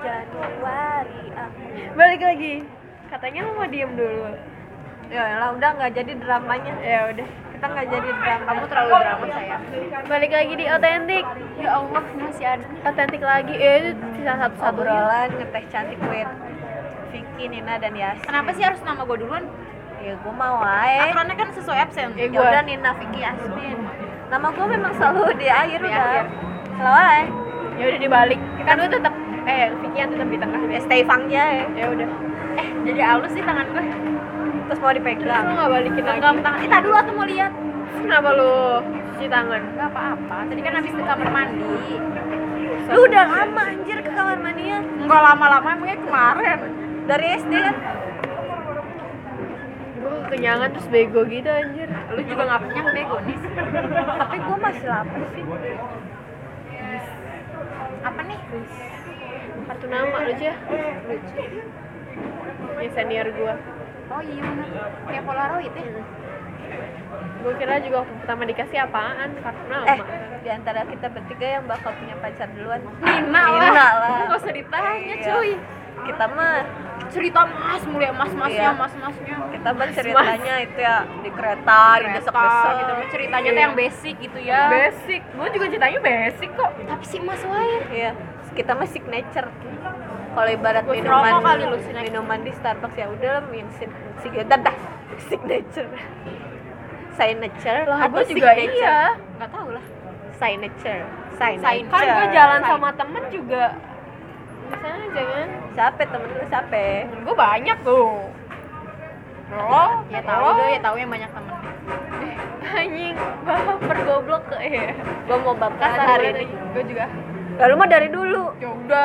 Januari Balik lagi. Katanya lu mau diem dulu. ya lah udah nggak jadi dramanya. Ya udah. Kita nggak jadi drama. Kamu terlalu drama sayang. Balik lagi di otentik. Ya Allah, masih ada. Otentik lagi. Itu sisa satu-satunya. Obrolan ngeteh cantik with Vicky, Nina dan Yasin. Kenapa sih harus nama gue duluan? Ya gue mau aja. Aturannya kan sesuai absen. Ya, Ya udah Nina, Vicky, Yasmin. Nama gue memang selalu di akhir Di udah. akhir. Selalu aja. Ya udah dibalik. Kan lu tetap Vicky yang tetap di tengah. Ya stay fangnya ya. Ya udah. Jadi halus sih tangan gue. Terus mau Lu dipegang. enggak balikin lagi. Genggam tangan. Ita dulu atau mau lihat? Kenapa lu cuci tangan? Gak apa-apa. Tadi kan habis ke kamar mandi. Lu udah lama anjir ke kamar mandinya. Enggak lama-lama, emangnya kemarin. Dari SD kan. Gue kekenyangan terus bego gitu anjir. Lu juga nggak kenyang bego nih. Tapi gue masih lapar sih. Apa nih? Kartu nama lucu ya? Ya senior gua. Oh iya bener. Kayak Polaroid ya. Gue kira juga waktu pertama dikasih apaan? Kartu nama. Di antara kita bertiga yang bakal punya pacar duluan. Nina Nina lah. Nggak usah ditanya Iya. cuy. Kita mah Cerita mas, mulai mas-masnya, Iya. mas-masnya. kita mah ceritanya itu ya di kereta, di desek-desek gitu. Ceritanya tuh yang basic gitu ya. Basic. Gue juga ceritanya basic kok. Tapi si mas wae. Iya, kita mah signature. Kalau ibarat Gua minuman promo kali lu signature. minuman di Starbucks ya udah lah yang signature. Signature Lah atau gue juga signature? iya. Nggak tahu lah. Signature. Kan gue jalan sama temen juga. Bisa aja kan? Siapa temen lu siapa? Temen gue banyak tuh. Bro, Ya tahu deh, ya tahu yang banyak temen. Anjing, baper goblok ke ya. Gue mau baper Kasar hari banget, ini. gue juga. Lalu mah dari dulu. Ya udah.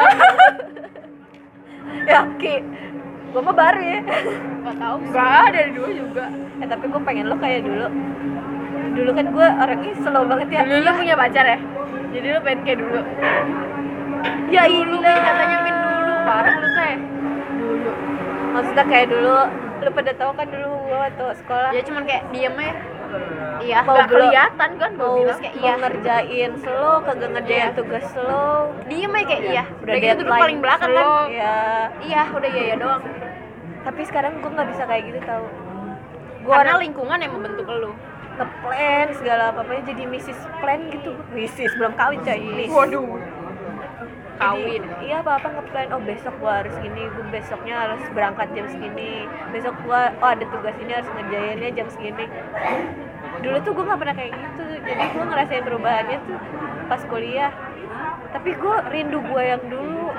Ya Ki, gue mah baru ya. Nggak tahu. Enggak, dari dulu juga. Tapi gue pengen lo kayak dulu. Dulu kan gue orangnya slow banget ya. Dulu lu punya pacar ya? Jadi lu pengen kayak dulu. Ya Dulu iya. katanya min dulu, parah lu teh. Dulu. Maksudnya kayak dulu. Lu pada tahu kan dulu gue waktu sekolah. Dia cuman kayak diem aja. Iya, Mau nggak belum- kelihatan kan gue mau bilang. kayak mau iya. ngerjain slow, kagak ngerjain Iya. tugas slow. Diem aja kayak iya. Udah Udah gitu duduk deadline paling belakang kan. slow. Iya. Iya, udah iya doang. Tapi sekarang gue nggak bisa kayak gitu tau. Gue Karena orang lingkungan yang membentuk lu. ngeplan segala apa-apanya jadi Mrs. Plan gitu. Mrs. belum kawin coy. Miss. Waduh. Kawin. Jadi, iya apa ngeplan, oh besok gua harus gini, gua besoknya harus berangkat jam segini, besok gua ada tugas ini harus ngerjainnya jam segini. Dulu tuh gua nggak pernah kayak gitu, jadi gua ngerasain perubahannya tuh pas kuliah. Tapi gua rindu gua yang dulu.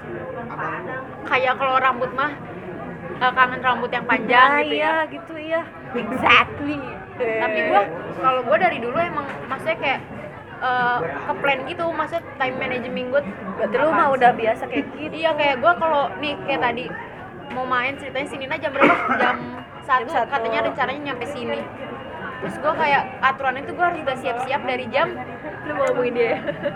Kayak kalau rambut mah kangen rambut yang panjang Nah, gitu iya ya. gitu iya, exactly. Tapi kalau gue dari dulu emang maksudnya kayak ke plan gitu, maksudnya time management gue. berarti lu mah udah biasa kayak gitu. Iya, kayak gue kalau nih kayak tadi mau main ceritanya sini jam berapa? Jam 1 1. katanya rencananya nyampe sini. Terus gue kayak aturan itu gue harus udah siap-siap dari jam. Lu mau ngomongin dia?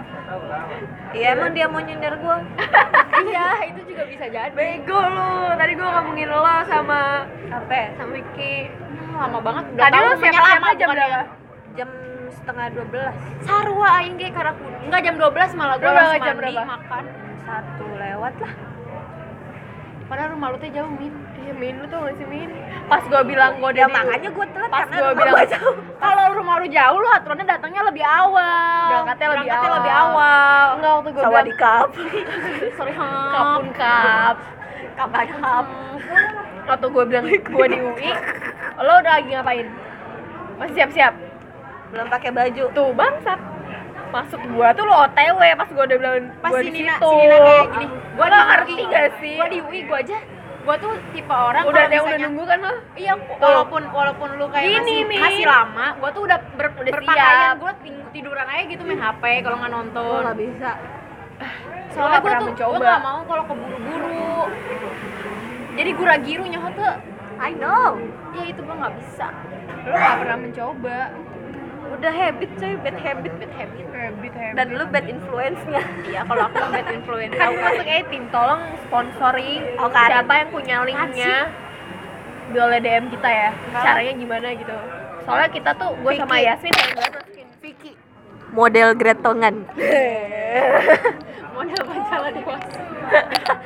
Iya emang dia mau nyindir gua. Iya, itu juga bisa jadi. Bego lu. Tadi gue ngomongin lo sama Apa? Vicky. Lama banget. Tadi lu namanya siapa-siapa jam bukannya. berapa? Jam setengah 12. Sarwa aing ge karaku. Enggak jam 12 malah gue Lu langsung berangkat jam mandi, berapa? makan. 1 lewat lah. Padahal rumah lu teh jauh, Min. Iya, Min, lu tuh nggak sih, Min? Pas gue bilang gue Ya makanya gua telat pas karena gua rumah bilang gua jauh. Kalau rumah lu jauh, lu aturannya datangnya lebih awal. Berangkatnya lebih awal. lebih awal. Enggak, waktu gue bilang Sawadikap. Sorry, kapun kap. Kapan hap? Waktu gue bilang gue di UI, lo udah lagi ngapain? Masih siap-siap? Belum pakai baju. Tuh, bangsat. Masuk gua tuh lo OTW pas gua udah bilang Pas gua si di Nina situ. kayak gini. Gua di ngerti UI. gak sih? Gua di UI gua aja. Gua tuh tipe orang Udah kalau ada yang udah misalnya- nunggu kan lo? Iya, walaupun lu kayak Gini, Min. masih lama, gua tuh udah Udah berpakaian, siap. gua tiduran aja gitu main HP kalau nggak nonton. Gua nggak bisa. Soalnya nggak gua pernah tuh mencoba. gua nggak mau kalau keburu-buru. Jadi gura-giru nyaho tuh. I know. Ya itu gua nggak bisa. Lo gak pernah mencoba. Udah habit coy, bad habit. Bad habit. Habit. Dan lu bad influence-nya. Iya, kalau aku bad influence. Kan masuk tim, tolong sponsori Oh, Karin. siapa yang punya linknya boleh DM kita ya. Caranya gimana gitu. Soalnya kita tuh gue sama Vicky. Yasmin yang banget masukin Vicky. Model gretongan. Model pacaran dewasa.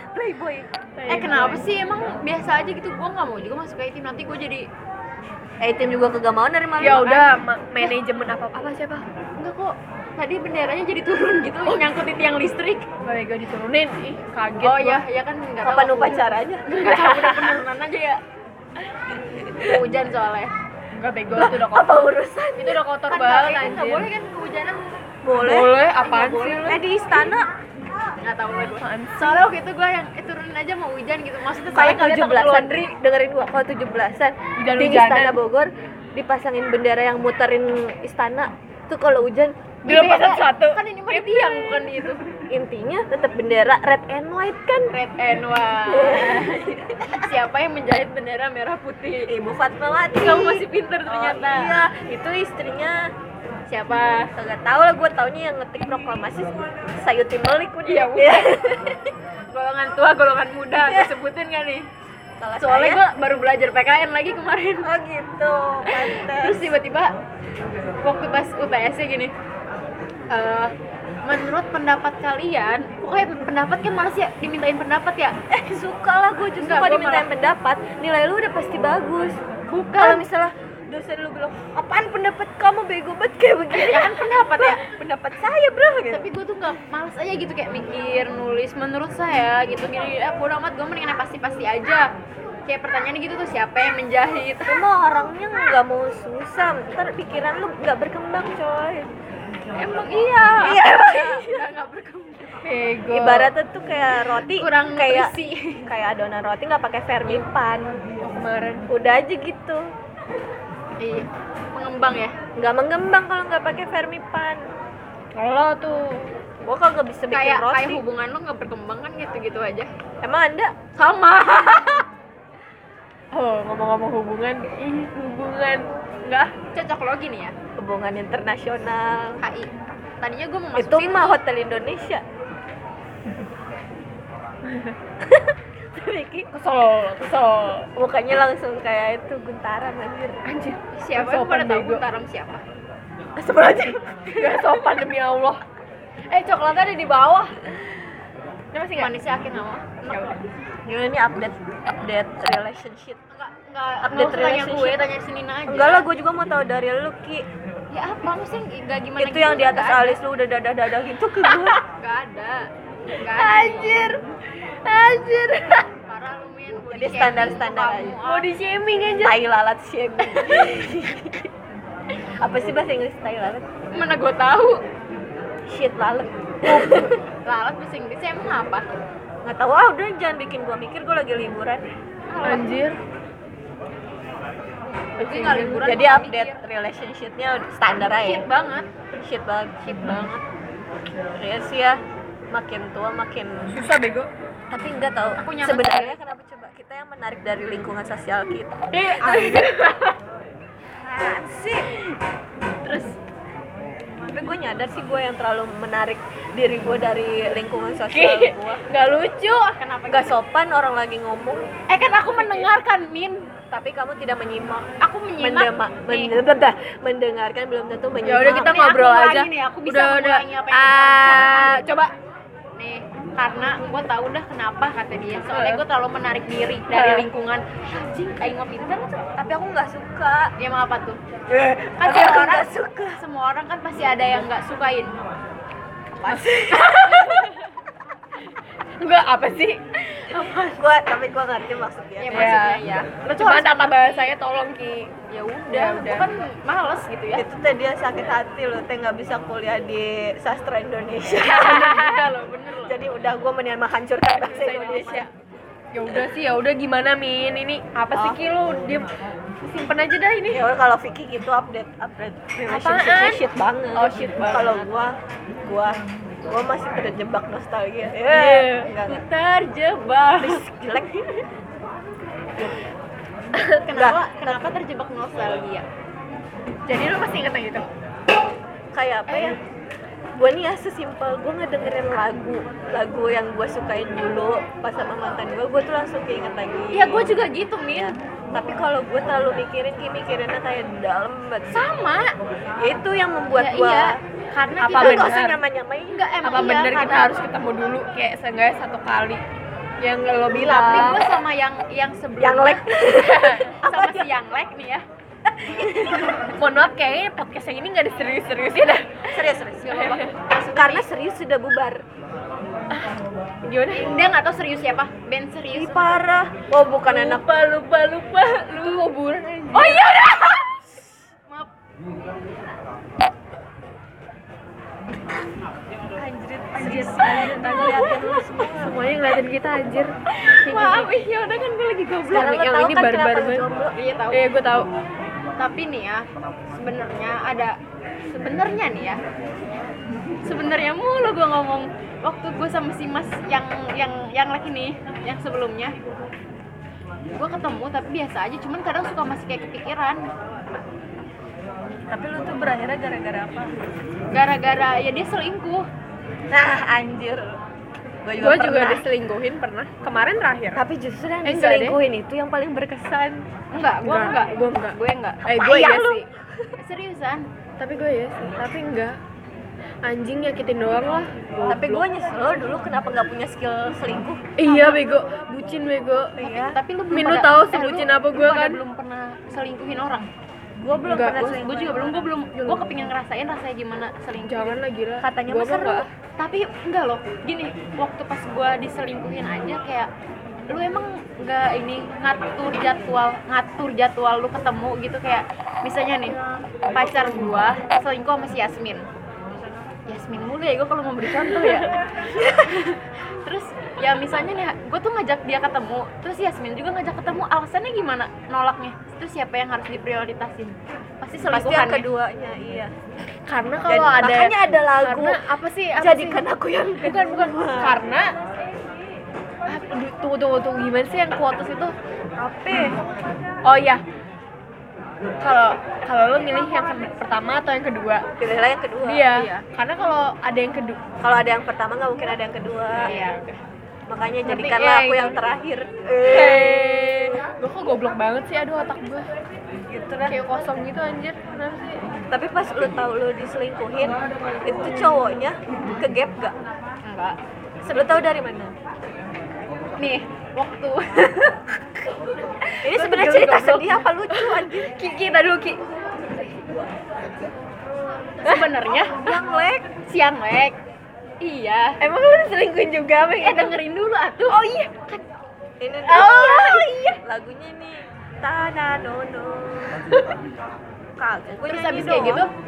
coy. Kenapa sih emang biasa aja gitu, gue nggak mau juga masuk ke tim, nanti gue jadi Tim juga kagak mau dari malam. Ya udah, manajemen apa siapa? enggak kok, tadi benderanya jadi turun gitu, nyangkut di tiang listrik. Bego diturunin, ih kaget. Oh gua. ya kan nggak tahu. Kapan upacaranya? Nggak tahu, udah penurunan aja ya. Hujan soalnya. Enggak bego, itu udah kotor. Apa urusan? Itu udah kotor Kan banget nggak anjir. boleh kan kehujanan. Boleh. Apaan Nggak sih boleh. lu? Di istana Nggak tahu gue. Apaan sih? Soalnya waktu itu gue yang turunin aja mau hujan gitu. Maksudnya kalau saya ngeliat takut 17-an, laundry. dengerin gua, kalau 17-an di Hujan-hujanan. Istana Bogor dipasangin bendera yang muterin istana. Tuh kalau hujan Dilepas satu. Kan ini mah di tiang bukan di itu. intinya tetap bendera red and white kan. Red and white. Siapa yang menjahit bendera merah putih? Ibu Fatmawati. Kamu masih pinter ternyata. Oh, iya, itu istrinya. Siapa? Kagak tahu lah, gue taunya yang ngetik proklamasi Sayuti Melik udah. Iya, udah. Golongan tua, golongan muda, gue sebutin nggak nih? Kalau Soalnya saya- gue baru belajar PKN lagi kemarin. Oh gitu, pantes. Terus tiba-tiba waktu pas UTS gini, menurut pendapat kalian, pokoknya pendapat kan males ya dimintain pendapat ya. Suka lah gue justru Enggak, kalau gua dimintain malah- pendapat, nilai lu udah pasti bagus. Bukan. Kalau misalnya dosen lu bilang, apaan pendapat kamu bego banget kayak begini? Ya kan pendapat ya. Pendapat saya bro gitu. Tapi gue tuh nggak males aja gitu kayak mikir, nulis menurut saya gitu gini. Bodo amat, gue mendingan yang pasti-pasti aja. Kayak pertanyaannya gitu tuh, siapa yang menjahit? Emang orangnya nggak mau susah, ntar pikiran lu nggak berkembang coy. Emang iya. Iya. Nggak berkembang. Bego. Ibaratnya tuh kayak roti, Kurang kayak nutrisi. kayak adonan roti nggak pakai vermipan. kemarin. Udah aja gitu. Iya. Pengembang ya. Nggak mengembang kalau nggak pakai vermipan. Kalau tuh Gua kagak bisa bikin Kayak roti. hubungan lo nggak berkembang kan gitu-gitu aja. Emang Anda? Sama. ngomong-ngomong hubungan, hubungan enggak. Cocok lo gini ya. Hubungan internasional. HI. Tadinya gue mau masuk Itu situ. mah Hotel Indonesia. Vicky Kesel. mukanya langsung kayak itu guntaran anjir. Anjir. Siapa yang Sopan pada tahu bego. Taram siapa? Astagfirullahaladzim. Gak sopan demi Allah. Coklatnya ada di bawah. Ini masih enggak? Manisnya akhir nama. Ya udah. Gimana nih update relationship? Enggak Update usah tanya relationship. gue, tanya si Nina aja. Enggak lah, gue juga mau tahu dari lu Ki. Ya apa maksudnya enggak gimana Itu yang di atas alis lu udah dadah-dadah gitu ke gue. Enggak ada. Enggak ada. Anjir. Anjir. Parah lu Min. Body Jadi shaming standar-standar kamu. aja. Mau di shaming aja. Tai lalat shaming. Apa sih bahasa Inggris tai lalat? Mana gue tahu. Shit lalat. Lalat bahasa Inggrisnya emang apa? Nggak tahu udah jangan bikin gua mikir, gua lagi liburan. Anjir. Gue enggak liburan. Jadi gua update mikir. relationship-nya standar aja. Shit banget. Shit banget. Shit banget. Ya sih ya, makin tua makin. Susah bego. Tapi nggak tahu Aku nyaman sebenarnya kenapa coba kita yang menarik dari lingkungan sosial kita. Anjir. Apaan sih? Terus Tapi gue nyadar sih gue yang terlalu menarik diri gue dari lingkungan sosial gue. Gak lucu. Kenapa Gak gitu? sopan orang lagi ngomong, Kan aku mendengarkan Min. tapi kamu tidak menyimak. Aku menyimak. Nih. Mendengarkan belum tentu Ya menyimak. udah kita Nih, ngobrol aku aja. ngulangi nih, aku bisa udah. mengulangi apa yang kita omongin. Coba. Nih, karena gue tahu dah kenapa kata dia. Soalnya gue terlalu menarik diri dari lingkungan. Anjing, aing mah pintar tuh. Tapi aku nggak suka. Dia mah apa tuh? Kan Tapi semua aku orang nggak suka. Semua orang kan pasti ada yang nggak sukain. Enggak apa sih? Tapi gue ngerti maksudnya. Ya maksudnya ya. Lo cuma tata bahasanya tolong Ki. Ya udah, gue kan males gitu ya. Itu teh dia sakit hati loh, teh nggak bisa kuliah di sastra Indonesia. Bener loh. Jadi udah gue mendingan menghancurkan bahasa Indonesia. Ya udah sih, ya udah gimana Min? Ini apa sih Oh. Ki lu? Dia simpen aja dah ini. Ya udah kalau Vicky gitu update relationship-nya Apaan? shit banget. Oh, shit banget. Kalau gua masih terjebak nostalgia. Iya. Enggak. Terjebak. Jelek. Kenapa terjebak nostalgia? Jadi lu masih inget yang gitu? Kayak apa ya? Gue nih ya sesimpel gue ngedengerin lagu yang gue sukain dulu pas sama mantan gue tuh langsung keinget lagi. Iya, gue juga gitu Min. Tapi kalau gue terlalu mikirinnya kayak dalam banget. Sama. Itu yang membuat Ya, gue iya. Karena Apa kita nggak benar? usah nyamain. Enggak emang Apa iya, bener kita karena- harus ketemu dulu kayak seenggaknya 1 kali? Yang lo Tapi bilang. gue sama yang sebelumnya Yang lek. sama si yang lek nih ya. Mohon maaf, kayaknya podcast yang ini nggak diserius-seriusin dah. Serius. Karena serius sudah bubar. Gimana? Dia nggak tahu serius siapa, band serius. Ih, parah. Oh, bukan anak. Lupa. Lu kuburan aja. Oh iya udah. Maaf. Anjir, ngeliatin lu semua. Semuanya ngeliatin kita anjir. Maaf, ya udah kan gue lagi goblok. Sekarang lo yang tahu ini kan barbar kenapa lu banget. jomblo? Iya tahu. Gue tahu. Tapi nih ya, sebenarnya nih ya. Sebenarnya mulu gue ngomong waktu gue sama si Mas yang laki nih, yang sebelumnya. Gue ketemu tapi biasa aja, cuman kadang suka masih kayak kepikiran. Tapi lu tuh berakhirnya gara-gara apa? Gara-gara ya dia selingkuh. Nah, anjir. Gue juga diselingkuhin pernah. Kemarin terakhir. Tapi justru yang Enggak diselingkuhin itu yang paling berkesan. Enggak, gue enggak. Gue enggak. Gue enggak. Gue iya lu? sih. Seriusan. Tapi gue ya sih. Tapi enggak. Anjing nyakitin doang lah. Tapi gue nyesel lo dulu kenapa nggak punya skill selingkuh. Iya bego. Bucin bego. Iya. Tapi lu belum Min, lu pada- tahu lu- sebutin lu apa gue pada kan? belum pernah selingkuhin orang. Gue belum Enggak, pernah Gue selingkuh. juga belum. Gue kepingin ngerasain rasanya gimana selingkuh. Jangan lah gila. Katanya Gua mah seru. enggak. Tapi enggak loh. Gini, waktu pas gue diselingkuhin aja kayak lu emang nggak ini ngatur jadwal lu ketemu gitu, kayak misalnya nih pacar gue selingkuh sama si Yasmin mulu ya, gue kalau mau beri contoh ya. Terus ya misalnya nih gue tuh ngajak dia ketemu, terus Yasmin juga ngajak ketemu, alasannya gimana nolaknya? Terus siapa yang harus diprioritasin? Pasti Pasti yang selingkuhannya. keduanya, iya. Karena Dan kalau ada makanya ada lagu. karena apa sih? Jadikan aku yang bukan karena tunggu gimana sih yang quotes itu? apa? Oh iya. Kalau lo milih yang pertama atau yang kedua? Pilihlah yang kedua. Iya. Karena kalau ada yang kedua, Kalau ada yang pertama nggak mungkin ada yang kedua. Iya. Makanya Nanti, jadikanlah aku itu. yang terakhir. gue kok goblok banget sih, aduh otak gue Gitu lah. kayak kosong gitu anjir. Kenapa sih? Tapi pas lu tahu lu diselingkuhin, itu cowoknya ke gap gak? Enggak. Lu tahu dari mana? Nih, waktu Ini sebenarnya cerita sedih apa lucu anjir? Kita dulu Ki. sebenarnya Yang lek. siang lek. Iya. Emang lu diselingkuhin juga, Bang? Dengerin dulu atuh. Oh iya. Ini iya. lagunya nih. Tanah nono. Kagak. Gue Terus nyanyi habis kayak gitu. doang.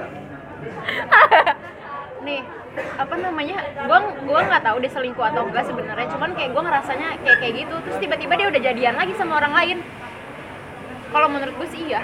Nih, apa namanya? Gua nggak tahu dia selingkuh atau enggak sebenarnya. Cuman kayak gua ngerasanya kayak gitu. Terus tiba-tiba dia udah jadian lagi sama orang lain. Kalau menurut gue sih iya.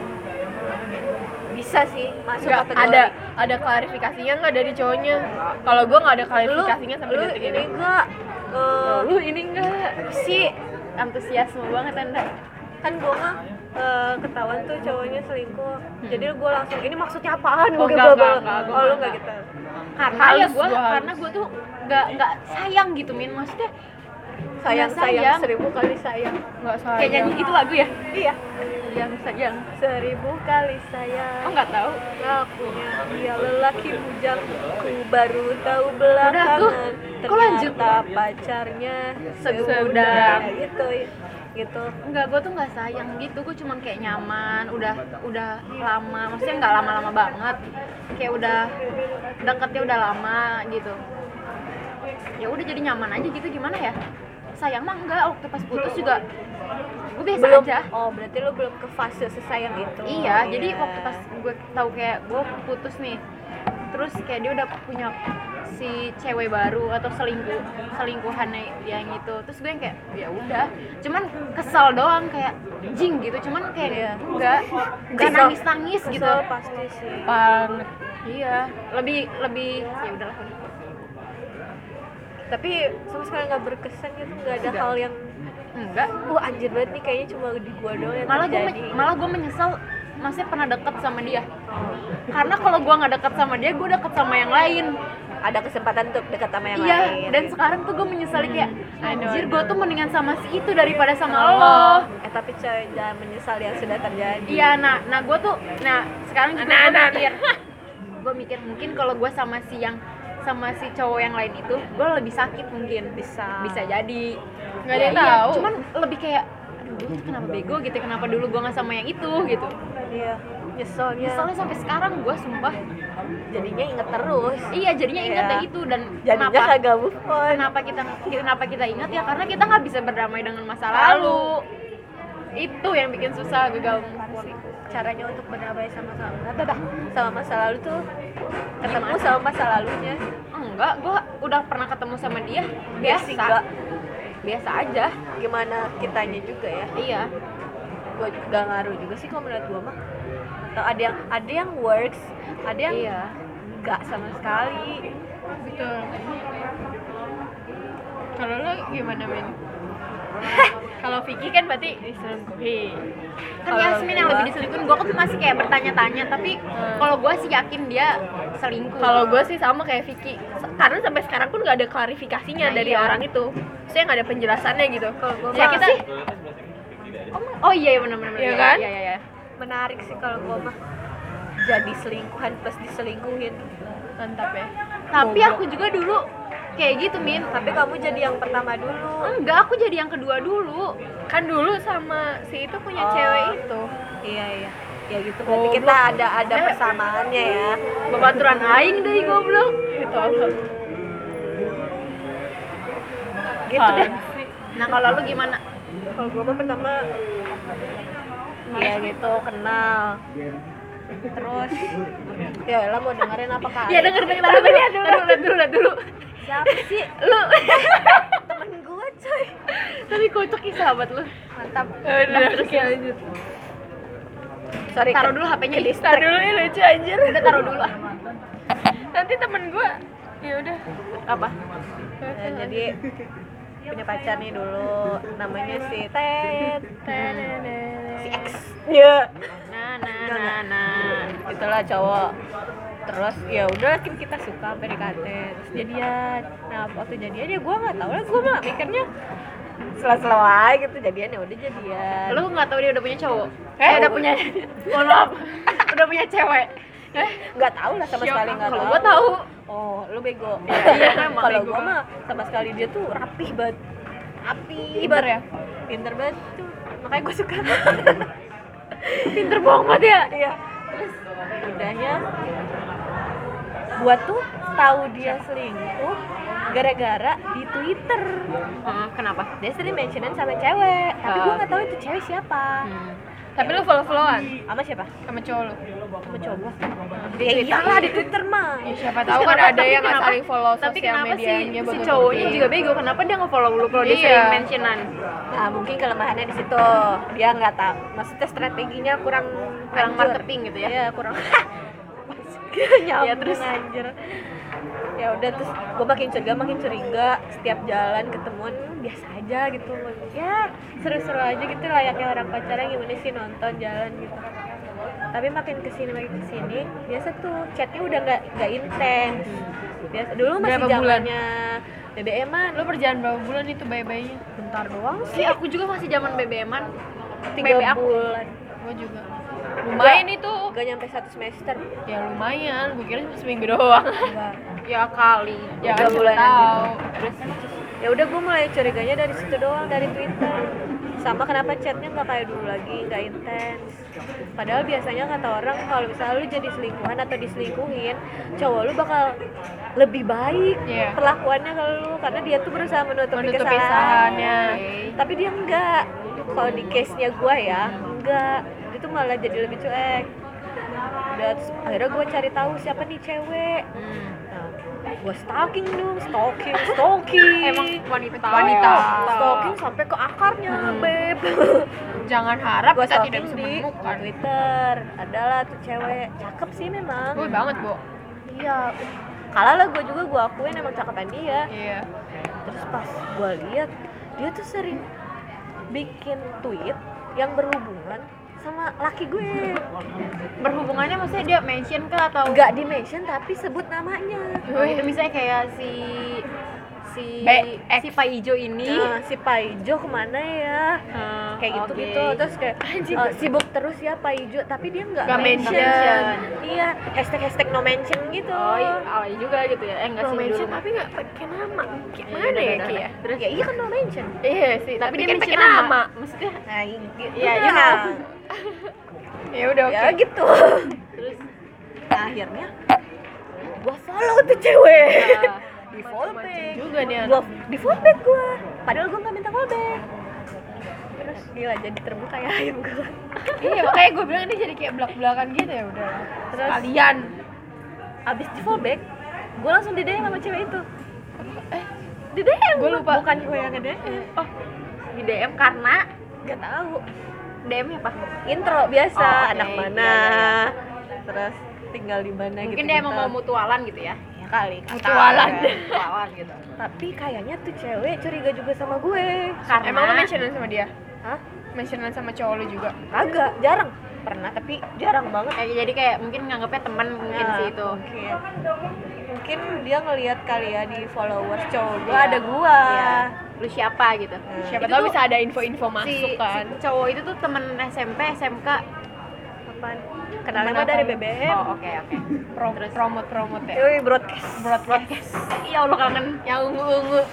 Bisa sih masuk Nggak, kategori. ada klarifikasinya nggak dari cowoknya? Kalau gue nggak ada Lu, klarifikasinya sampai lu detik ini ini. enggak Lu ini enggak. sih Antusiasme banget Anda. kan gue mah ketahuan tuh cowoknya selingkuh. Jadi gue langsung ini maksudnya apaan? Oh, Gua enggak, bla-bla. enggak, gua Oh, lu enggak. enggak gitu. Karena Halus ya gua halus. karena gue tuh nggak sayang gitu, Min. Maksudnya Sayang, sayang. 1000 kali sayang. Nggak sayang. kayak nyanyi gitu lagu ya. Iya. Sayang. 1000 kali sayang. Oh nggak tahu. Akunya dia lelaki bujang, ku baru tahu Udah, belakangan. tuh. Kok lanjut? Ternyata pacarnya Segudang. segudang gitu. Gitu. Enggak, gue tuh nggak sayang gitu. Gue cuman kayak nyaman. Udah lama. Maksudnya nggak lama-lama banget. Kayak udah deketnya udah lama gitu. Ya udah jadi nyaman aja gitu, gimana ya? Sayang mah enggak, waktu pas putus juga gue biasa Belum. aja. Oh, berarti lu belum ke fase sesayang itu. Iya, jadi Iya. waktu pas gue tahu kayak gue putus nih, terus kayak dia udah punya si cewek baru atau selingkuhannya yang itu, terus gue yang kayak ya udah, cuman kesel doang kayak jing gitu, cuman kayak Iya. enggak Kesel. nangis gitu. Kesel pasti sih. banget. Iya, lebih ya udahlah. Tapi sama sekali nggak berkesan gitu, nggak ada Enggak. hal yang Enggak, anjir banget nih, kayaknya cuma di gua doang yang malah terjadi. gue menyesal masih pernah deket sama dia, Oh, karena kalau gue nggak deket sama dia, gue deket sama yang lain. ada kesempatan untuk dekat sama yang Iya, lain. dan sekarang tuh gue menyesali kayak anjir, I gue know. tuh mendingan sama si itu daripada sama Oh. lo. Tapi coy, jangan menyesal yang sudah terjadi. Iya, nah gue tuh, sekarang juga Nah. gue mikir mungkin kalau gue sama si yang sama si cowok yang lain itu, gue lebih sakit mungkin. Bisa jadi. Nggak ada yang Iya, tahu. cuman lebih kayak aduh gue tuh kenapa bego gitu, kenapa dulu gue nggak sama yang itu gitu. Iya, nyeselnya. Soalnya sampai sekarang gue sumpah Jadinya inget terus. iya jadinya ingat Iya. yang itu. Dan Jadinya kenapa kagak move on. kenapa kita ingat ya karena kita nggak bisa berdamai dengan masa lalu. Itu yang bikin susah gagal move on. Caranya untuk berdamai sama masa lalu tuh ketemu sama masa lalunya. Enggak, gue udah pernah ketemu sama dia Dia sih enggak. biasa aja. Gimana kitanya juga ya. Iya. Gue gak ngaruh juga sih kalau menurut gue mah. Atau ada yang works, ada yang Iya. enggak sama sekali. Betul. Kalau lo gimana, Men? Kalau Vicky kan berarti diselingkuhi. Kan Kalau Yasmin yang gua- lebih diselingkuhin, gue kan masih kayak bertanya-tanya, tapi kalau gue sih yakin dia selingkuh. Kalau gue sih sama kayak Vicky, karena sampai sekarang pun nggak ada klarifikasinya Nah, dari iya. orang itu. Saya nggak ada penjelasannya gitu. Kalau gue Ya mah kita, oh iya benar-benar. Iya kan? Iya. menarik sih kalau gue mah jadi selingkuhan plus diselingkuhin. mantap ya. Tapi aku juga dulu kayak gitu, Min. Tapi kamu jadi yang pertama dulu. Enggak, aku jadi yang kedua dulu. Kan dulu sama si itu punya Oh. cewek itu. Iya. Ya gitu berarti Goblok. kita ada persamaannya ya. Babaturan aing deh goblok. Gitu apa? Gitu deh. Nah, kalau lu gimana? Kalau gue mah pertama ya gitu kenal. Terus ya lah mau dengerin apa kali? Ya denger dulu. Siapa sih? Lu Temen gue coy. tapi kocak nih sahabat lu. Mantap. Udah, terus ya lanjut. Sorry. Taruh dulu HP-nya. Tar dulu ya, lucu anjir. Udah taruh dulu ah. Nanti temen gue, ya udah. Apa? Ya, jadi punya pacar nih dulu, namanya si Ted. Si X. Ya. Nah. Itulah cowok. Terus ya udah kan kita suka PDKT terus jadian. Nah waktu jadian ya gue nggak tahu lah, gue mah mikirnya selalu aja gitu, jadian ya udah jadian. Lu nggak tahu dia udah punya cowok? Udah punya. Mohon maaf. Udah punya cewek. Nggak tahu lah sama sekali nggak tahu. Kalau gua tahu. Oh lu bego. Iya, emang Kalau bego gua banget. mah sama sekali dia tuh rapih banget. Pinter ya? Pinter banget tuh, makanya gue suka. Pinter bohong banget ya. Iya. Terus udahnya gua tuh tahu dia selingkuh gara-gara di Twitter. Kenapa? Dia sering mentionan sama cewek, tapi gua nggak tahu itu cewek siapa. Tapi lu follow-followan Sama siapa? sama cowok lu? Sama cowok. Di Ya Twitter? iyalah di Twitter mah. Ya siapa tahu kan ada yang nggak saling follow Tapi sosial kenapa sih medianya si bagus-bagus. cowoknya juga bego? Kenapa dia nge-follow lu kalau dia Iya. sering mentionan? Nah mungkin kelemahannya di situ, dia nggak tahu, maksudnya strateginya kurang Kurang anjur. marketing gitu ya? Iya kurang. Nyambung Ya, terus? anjir. Ya udah terus gue makin curiga setiap jalan ketemuan biasa aja gitu, ya seru-seru aja gitu layaknya orang pacaran, gimana sih nonton jalan gitu. Tapi makin kesini biasa tuh chatnya udah nggak intens. Biasa dulu masih Berapa bulan? zamannya BBM-an. Lu berjalan berapa bulan itu bye-bye-nya? Bentar doang Si sih, aku juga masih zaman BBM-an. 3 BB aku. bulan. Gua juga. Lumayan itu. Gak nyampe 1 semester. Ya lumayan, gua kira cuma seminggu doang. Enggak. Ya kali. Ya 3 kan bulan siapa tahu. Terus ya udah gue mulai curiganya dari situ doang, dari Twitter. Sama kenapa chatnya nggak kayak dulu lagi, nggak intens. Padahal biasanya kata orang kalau misalnya lu jadi selingkuhan atau diselingkuhin, cowok lu bakal lebih baik Iya. perlakuannya kalau lu, karena dia tuh berusaha menutupi Menutupi kesalahannya. kesalahannya. Tapi dia enggak. Kalau di case-nya gue ya, enggak. Dia tuh malah jadi lebih cuek. Udah terus akhirnya gue cari tahu siapa nih cewek. Nah, gue stalking. Emang wanita. Stalking sampai ke akarnya, beb. Jangan harap Gue kita tidak stalking bisa di menemukan. Twitter. Adalah tuh cewek, cakep sih memang. Gue banget, Bo. Iya. Kalah lah gue juga, gue akuin emang cakepan dia. Iya. Terus pas gue lihat dia tuh sering bikin tweet yang berhubungan sama laki gue. Berhubungannya maksudnya dia mention kah atau Gak di mention tapi sebut namanya. itu misalnya kayak si BX. si Pak Ijo ini. Nah, si Pak Ijo kemana ya? Kayak gitu Oke. gitu. Terus kayak sibuk terus ya Pak Ijo, tapi dia nggak Nggak mention. mention. Iya, hashtag no mention gitu. Oh, iya juga gitu ya. Enggak No sih mention dulu. tapi nggak pakai nama. Gimana Udah, ya udah, Ki ya? Terus Ya iya kan no mention. Iya sih, tapi dia kan mention pakai nama. Maksudnya Nah, Iya, iya. iya. Ya udah oke. Ya gitu. terus Nah, akhirnya gua follow tuh cewek. Di follow Macam back. juga dia. Gua di follow back gua. Padahal gua nggak minta follow back. Terus gila jadi terbuka ya ayam gua. Iya, makanya gue bilang ini jadi kayak belak-belakan gitu ya udah. Terus Kalian abis di follow back, gua langsung di DM sama cewek itu. Di DM Gua lupa. bukan gue yang nge-DM. oh, di DM karena Gak tahu. DM-nya apa? Intro biasa, Oh, oke. anak mana. Iya, Terus tinggal di mana gitu. Mungkin dia emang mau mutualan gitu ya. ya kali. nggak Mutualan. tahu ya. Mutualan gitu. Tapi kayaknya tuh cewek curiga juga sama gue. Karena emang lu mentionan sama dia? Hah? Mentionan sama cowok lu juga? Kagak, jarang. Pernah tapi jarang banget. jadi kayak mungkin nganggapnya teman mungkin Nah, sih itu. Mungkin dia ngelihat kali ya di followers cowok gue Iya. ada gua. Iya. Lu siapa gitu. Nah, Siapa Itu tahu tuh bisa ada info-info masuk kan. Si cowok itu tuh temen SMP, SMK. Apaan? Kenalnya Temen mah dari apa? BBM. Oh, oke. Promote ya. Yoi, broadcast. Broadcast. Ya Allah kangen yang ungu-ungu.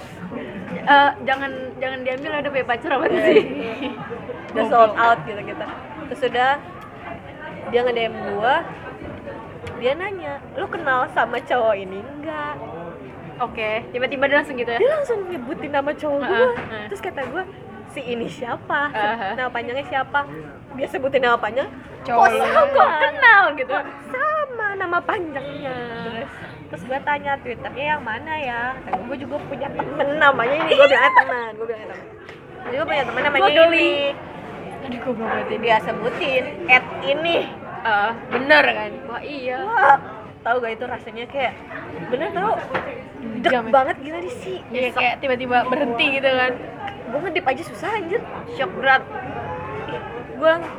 Jangan diambil ada punya pacar apa Iya. sih? Udah sold out gitu. Terus udah dia nge-DM gua. Dia nanya, "Lu kenal sama cowok ini enggak?" Oke, tiba-tiba dia langsung gitu ya. Dia langsung nyebutin nama cowok gua. Heeh. Terus kata gua, "Si ini siapa? Heeh. Nama panjangnya siapa?" Dia sebutin nama panjang. Cowok Kok lu. sama? Kok kenal gitu? Kok sama nama panjangnya. Terus gue tanya Twitternya yang mana ya. Kata gue juga punya temen namanya ini. Gue bilang teman. Gue juga punya temen namanya Gua geli. ini. Aduh gue banget ini. Dia sebutin ini. Bener kan? Wah iya. Wah, tahu gak itu rasanya kayak bener tau deg Jam ya? banget gila di sih. Iya kayak tiba-tiba berhenti gitu kan. Gue ngedip aja susah anjir. Shock berat. Gue langsung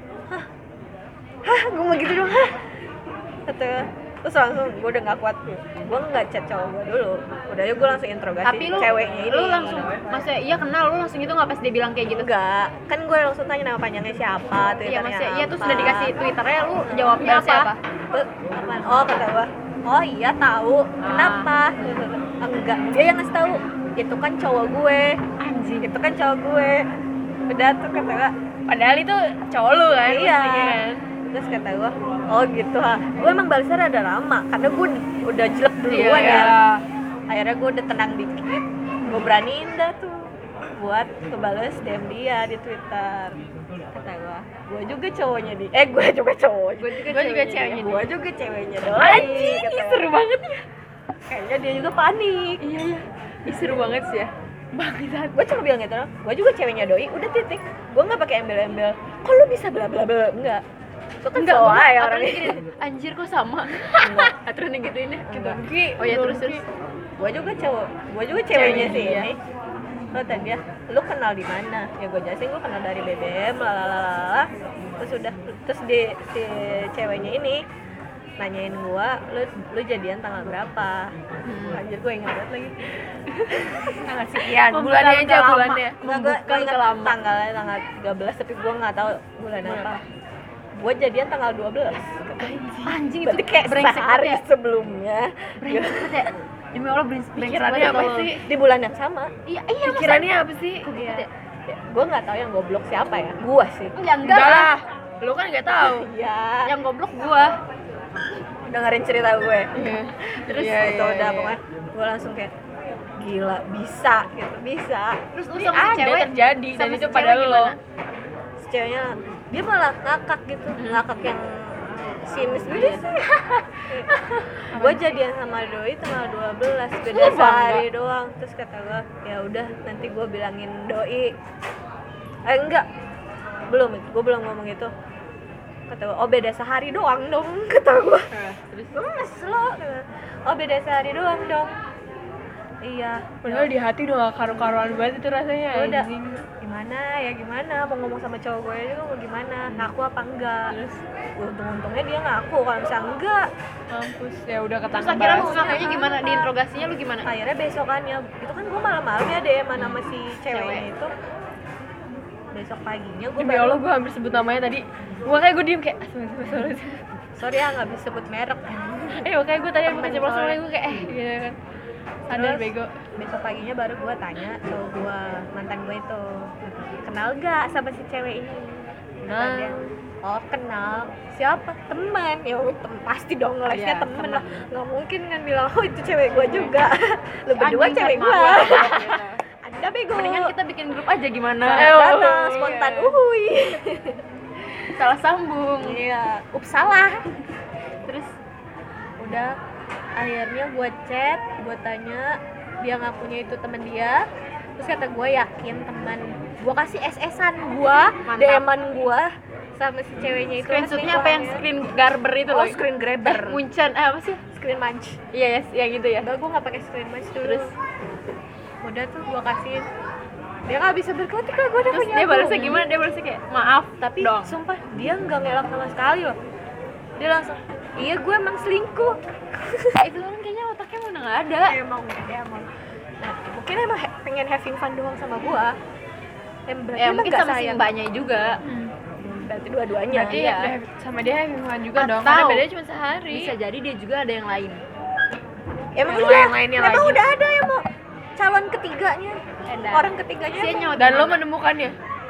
gue mau gitu dong, kata. Terus langsung gue udah gak kuat, gue nggak chat cowok gue dulu, udah ya gue langsung interogasi Tapi lu ceweknya ini. lu langsung maksudnya iya kenal lu langsung itu nggak pas dia bilang kayak gitu? enggak, kan gue langsung tanya nama panjangnya siapa, Iya twitternya maksudnya iya terus apa. udah dikasih Twitternya lu jawabnya Balas apa? apa? Terus apaan? Oh kata gue, oh iya tahu, kenapa? Enggak, dia yang ngasih tahu, itu kan cowok gue, anjing, itu kan cowok gue. Udah tuh kata gue, Padahal itu cowok lu kan? iya. mestinya kan? Terus kata gue, oh gitu ha. Gue emang balasnya rada lama, karena gue udah jelek duluan Iya. ya. Akhirnya gue udah tenang dikit, gue beraniin dah tuh buat ngebales DM dia di Twitter. Kata gue juga cowoknya di, gue juga cowok. Gue Gua juga ceweknya Gue juga ceweknya doi. Anjing, kata ih, seru gua. banget ya. Kayaknya dia juga panik. Iya iya. Ih, seru banget sih ya. Bangsat. Gue cuma bilang gitu, gue juga ceweknya doi, udah titik. Gue nggak pakai embel-embel. Kok lu bisa bla bla bla? Enggak. Lu kan Enggak, cowok gua ya aturan orangnya. gini, anjir kok sama. Aturan yang gitu ini. Enggak. Oh ya terus. Gue juga cowok, gue juga ceweknya sih Ceweknya, ini. Lo tanya dia, lu kenal di mana? Ya gue jelasin gue kenal dari BBM, lalalala. Terus udah, terus si ceweknya ini nanyain gue, lu jadian tanggal berapa? Anjir gue ingat banget lagi. Tanggal sekian, Membuka bulannya aja luka bulannya. Nah, gue Membuka ingat luka lama. tanggalnya tanggal 13 tapi gue nggak tahu bulan apa. Gue jadian tanggal 12. Anjing itu Berarti kayak brengsek sehari banget ya. sebelumnya. Brengsek banget ya. Demi Allah brengsek Pikirannya banget apa kalau- sih? Di bulan yang sama. Iya Pikirannya apa sih? Iya. Gue nggak tahu yang goblok siapa ya. Gue sih. Ya enggak lah. Lu kan nggak tahu. Iya. Yang goblok gua. Dengerin cerita gue. Iya. Terus Iya, itu iya, udah iya. pokoknya gue langsung kayak gila bisa gitu bisa. Terus lu Ini sama si ada cewek terjadi dan sama itu si pada cewek lo. gimana? Terus ceweknya dia malah ngakak gitu, ngakak yang sinis gitu sih. Gue jadian sama doi tanggal 12, beda Sumpah, sehari doang. Terus kata gue, ya udah nanti gue bilangin doi. Enggak, gue belum ngomong itu. Kata gue, oh beda sehari doang dong. Kata gue, Terus gue masih slow. Oh beda sehari doang dong. Iya. Padahal di hati udah gak karu-karuan banget itu rasanya. Gue udah Anjing. gimana mau ngomong sama cowok gue juga mau gimana, ngaku apa enggak. Terus Untung-untungnya dia ngaku, kalau misalnya enggak mampus ya udah Terus ketangkep akhirnya bahas. mau ngakaknya gimana, diinterogasinya lu gimana? akhirnya besokannya itu kan gue malam-malam ya DM sama si ceweknya Cewek. itu. Besok paginya gue Demi Allah gue hampir sebut namanya tadi. Makanya gue diem kayak sorry. sorry ya nggak bisa sebut merek. Makanya gue tadi mau Temen keceplosan soalnya. lagi gue kayak gitu kan. Sadar Terus, bego. besok paginya baru gue tanya cowok gue, mantan gue itu, kenal gak sama si cewek ini? Kata dia, oh kenal. Siapa? Teman. Ya pasti dong ngelesnya Iya, temen temen. lah, nggak mungkin kan bilang oh itu cewek gue juga. Lu berdua Anjing, cewek cari gue. malu gitu. Anda bego. Mendingan kita bikin grup aja gimana? datang spontan Iya. uhui. Salah sambung. Iya, salah. Terus Udah, akhirnya gue chat, gue tanya, dia ngakunya itu temen dia. Terus kata gue yakin teman. Gue kasih SS-an gue, Mantap. DM-an gue sama si ceweknya itu. screenshotnya apa yang screen grabber itu Oh, loh? screen grabber. Munchen, apa sih? Screen munch. Iya, yes, yang itu ya. Enggak, gue gak pakai screen munch dulu. Terus? Udah tuh gue kasihin. Dia gak bisa berkutik lah, gue udah Terus punya dia aku. balasnya gimana? Dia balasnya kayak maaf, Tapi dong. sumpah dia nggak ngelak sama sekali loh. Dia langsung, iya gue emang selingkuh. Itu orang kayaknya otaknya mana nggak ada. emang. Nah, mungkin emang pengen having fun doang sama gue. Berarti Ya emang mungkin nggak sama si sayang. mbaknya juga. Berarti dua-duanya. Berarti Iya. sama dia hubungan juga Atau dong. Karena bedanya cuma sehari. Bisa jadi dia juga ada yang lain. Emang yang iya, lain-lainnya emang lagi. udah ada yang mau calon ketiganya. Ada. Orang ketiganya Dia nyaut Dan lo mana? menemukannya.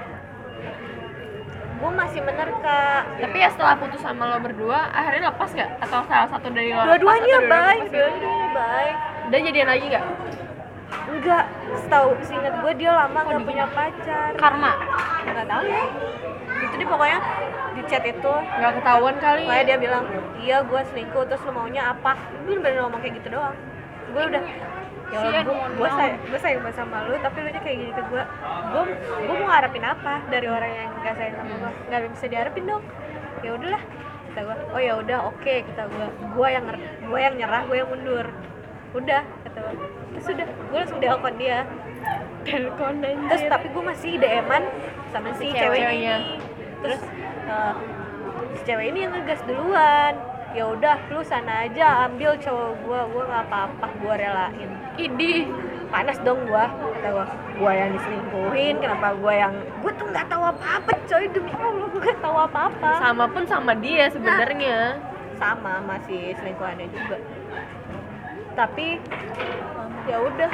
gue masih menerka. Tapi ya setelah putus sama lo berdua, akhirnya lepas gak? Atau salah satu dari lo lepas? Dua-duanya atau baik, lepas? dua-duanya baik. Dan jadian lagi gak? Enggak, setahu seingat gue dia lama nggak punya pacar. Karma. Nggak tahu ya. Itu dia pokoknya di chat itu. Gak ketahuan kali. Pokoknya dia bilang, iya gue selingkuh, terus lu maunya apa? Dia bener ngomong kayak gitu doang. Gue udah, ya Sian, gue sayang banget sama lu, tapi lu nya kayak gini ke gue. Gue mau ngarepin apa dari orang yang gak sayang sama gue? Gak bisa diharapin dong. Ya udahlah, kata gue. Oh ya udah, oke, kata gue. Gue yang nyerah, gue yang mundur. Udah, kata gue. Terus udah, gue langsung telepon dia. Telepon Terus tapi gue masih DM-an sama si ceweknya ceweknya. ini. Terus si cewek ini yang ngegas duluan. Ya udah, lu sana aja ambil cowok gue nggak apa-apa, gue relain. Idih. Panas dong gue, kata gue yang diselingkuhin, kenapa gue tuh nggak tahu apa-apa, coy, demi Allah gue nggak tahu apa-apa. Sama pun sama dia sebenarnya. Sama masih selingkuhannya juga. Tapi ya udah,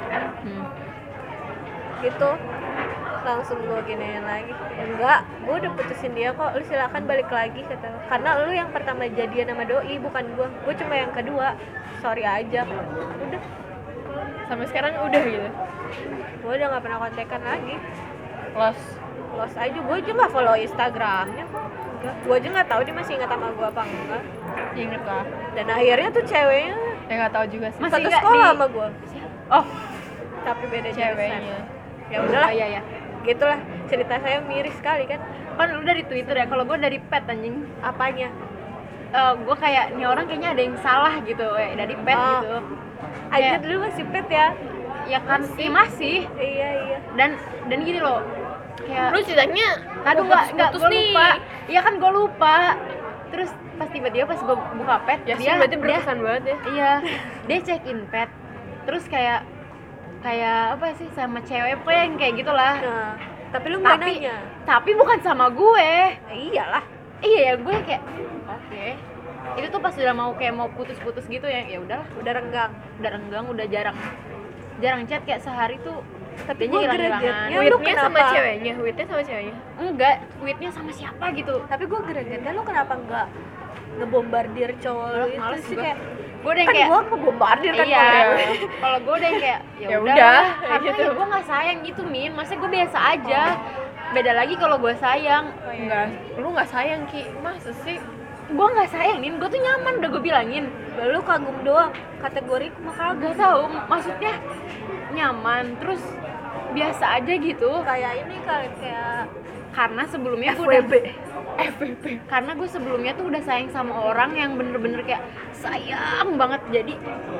gitu. Langsung gue giniin lagi, enggak, gue udah putusin dia kok, lu silakan balik lagi, kata gue. Karena lu yang pertama jadian sama doi, bukan gue cuma yang kedua, sorry aja. Udah, Sampai sekarang udah gitu. gue udah nggak pernah kontekan lagi, Lost aja. Gue aja nggak follow Instagramnya kok, enggak. Gue aja nggak tahu dia masih ingat sama gue apa enggak. Ingat lah. Dan akhirnya tuh ceweknya Ya gak tahu juga sih. Masih satu nggak sekolah di- sama gue, Oh, tapi beda jurusan. Ceweknya. Ya udahlah, iya ya. gitulah cerita saya miris sekali kan. Kan lu dari Twitter ya, kalau gue dari pet anjing. Apanya? Gue kayak nih orang kayaknya ada yang salah gitu, dari pet Oh. gitu. Aja Kayak- dulu masih pet ya. Ya kan, masih. Iya. Dan gini loh, kayak Lu ceritanya aduh nggak putus gue nih. lupa. Iya kan gue lupa. Terus pas tiba-tiba pas gue buka pet, Ya sih berarti berkesan banget ya. Iya, dia check in pet. Terus kayak apa sih sama cewek pokoknya yang kayak gitulah. Nah, tapi lu nggak Tapi nanya. tapi bukan sama gue. Nah, iyalah. Iya ya, gue kayak oke. Itu tuh pas udah mau putus-putus gitu ya udahlah, Udah renggang. udah jarang chat, kayak sehari tuh Tapi dianya gue hilang-hilangan. gregetnya lu Witnya sama kenapa? ceweknya, Witnya sama ceweknya. Enggak, tweetnya sama siapa gitu. Tapi gue gregetnya lu kenapa nggak ngebombardir cowok lu itu Males sih gua. kayak Gue udah yang kan kayak gue ngebombardir kan iya. kalau Kalau gue udah yang kayak Ya ya udah, udah, kayak karena gitu. ya gue nggak sayang gitu min, maksudnya gue biasa aja. Beda lagi kalau gue sayang, Enggak, lu gak sayang Ki. Masa sih? gue nggak sayang nin, gue tuh nyaman udah gue bilangin. lu kagum doang, kategori mah kagum. Gak tahu, maksudnya nyaman, terus biasa aja gitu. Kayak ini kali kayak Karena sebelumnya gue FWB. karena gue sebelumnya tuh udah sayang sama orang yang bener-bener kayak sayang banget, jadi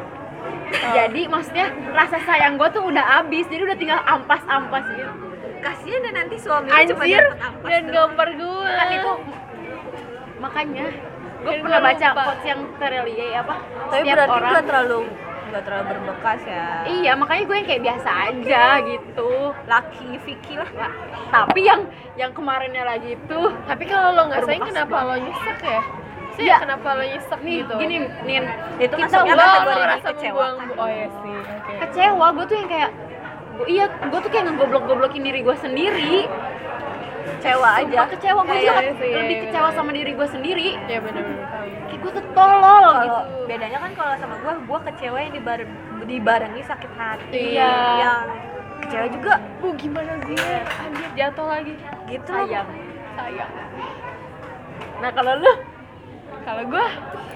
Jadi maksudnya rasa sayang gue tuh udah habis, jadi udah tinggal ampas-ampas gitu. Kasian deh nanti suami lu cuma Anjir, dapet ampas dan doang. gambar gue. Kan itu makanya gue Dan pernah gua baca lupa. quotes yang terelie apa Tapi setiap berarti orang nggak terlalu berbekas ya. iya, makanya gue yang kayak biasa aja gitu. Laki Vicky lah. Tapi yang kemarinnya lagi itu Tapi kalau lo nggak sayang, Berbekas kenapa lo nyesek ya? Sih, Iya. kenapa lo nyesek nih gitu? gini Nin, Itu kita masuknya udah kategori ngerasa dikecewakan. membuang. Oh iya sih, oke. kecewa. Gue tuh yang kayak gue tuh kayak ngegoblok-goblokin diri gue sendiri. Kecewa aja. Sumpah kecewa, gue Kayak- juga sih, lebih iya, kecewa bener. sama diri gue sendiri. Ya benar-benar tahu. Kayak gue tuh tolol Kalau gitu. bedanya kan kalau sama gua kecewa yang dibarengi sakit hati. Iya. Yang kecewa juga Gimana gue? Anjir, jatuh lagi. gitu loh. Sayang. Nah, kalau lu? Kalau gue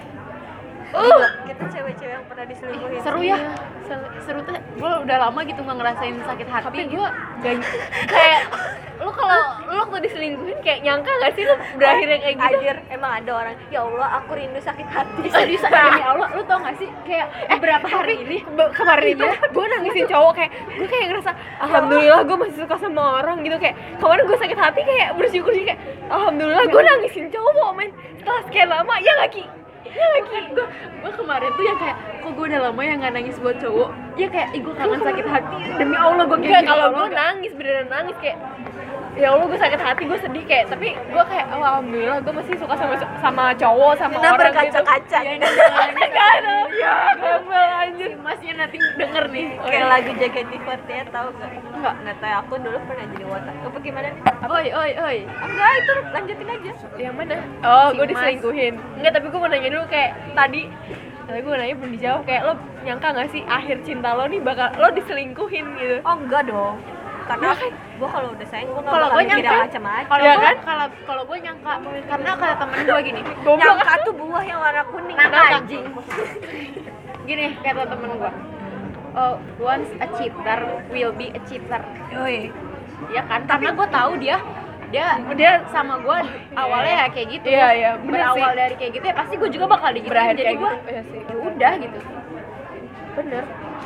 Kita cewek-cewek yang pernah diselingkuhin. Seru ya, seru tuh. Gue udah lama gitu nggak ngerasain sakit hati. tapi gue gak kayak lu kalau lu waktu diselingkuhin kayak nyangka gak sih lu berakhirnya kayak gitu? Anjir, emang ada orang, ya Allah aku rindu sakit hati. Serius demi Allah, lu tau gak sih kayak beberapa hari ini Kemarin ini gue nangisin cowok, kayak gue kayak ngerasa alhamdulillah gue masih suka sama orang gitu. Kayak kemarin gue sakit hati kayak bersyukur sih, kayak alhamdulillah gue nangisin cowok men setelah sekian lama. Ya gak Ki? Ya gak Ki? gue kemarin tuh yang kayak kok gue udah lama ya nggak nangis buat cowok. Ya kayak gue kangen sakit hati. Demi Allah gue kayak Enggak, gitu. kalau Tolong gue nggak? nangis, beneran nangis kayak ya Allah gue sakit hati, gue sedih kayak, tapi gue kayak oh, alhamdulillah gue masih suka sama cowok, sama Nah, orang berkaca-kaca. Ya, ini jangan nangis. Gak ada, ya gembel anjir. Masnya nanti denger nih. Kayak lagu JKT48 tahu gak? Enggak. Nggak tahu, aku dulu pernah jadi watak. Apa gimana nih? Oi. Enggak, itu lanjutin aja. Yang mana? Oh, Si gue Mas. diselingkuhin. Enggak, tapi gue mau nanya dulu kayak tadi gue nanya belum dijawab, kayak lo nyangka gak sih akhir cinta lo nih bakal lo diselingkuhin gitu? Oh enggak dong. Karena gua kalau udah sayang gua nggak Kalau bakal gue mikir nyangka, yang macam-macam. kalau Ya gue kan? kalau gue nyangka karena kata temen gue gini, Nyangka tuh buah yang warna kuning. Nangka anjing. Gini kata temen gue, oh, once a cheater will be a cheater. Yoi. Ya kan? Karena gue tahu dia sama gue awalnya ya kayak gitu. Iya, iya, bener Berawal sih. dari kayak gitu ya pasti gue juga bakal digituin. Berakhir Jadi kayak gue gitu. Iya sih. ya udah gitu. Bener.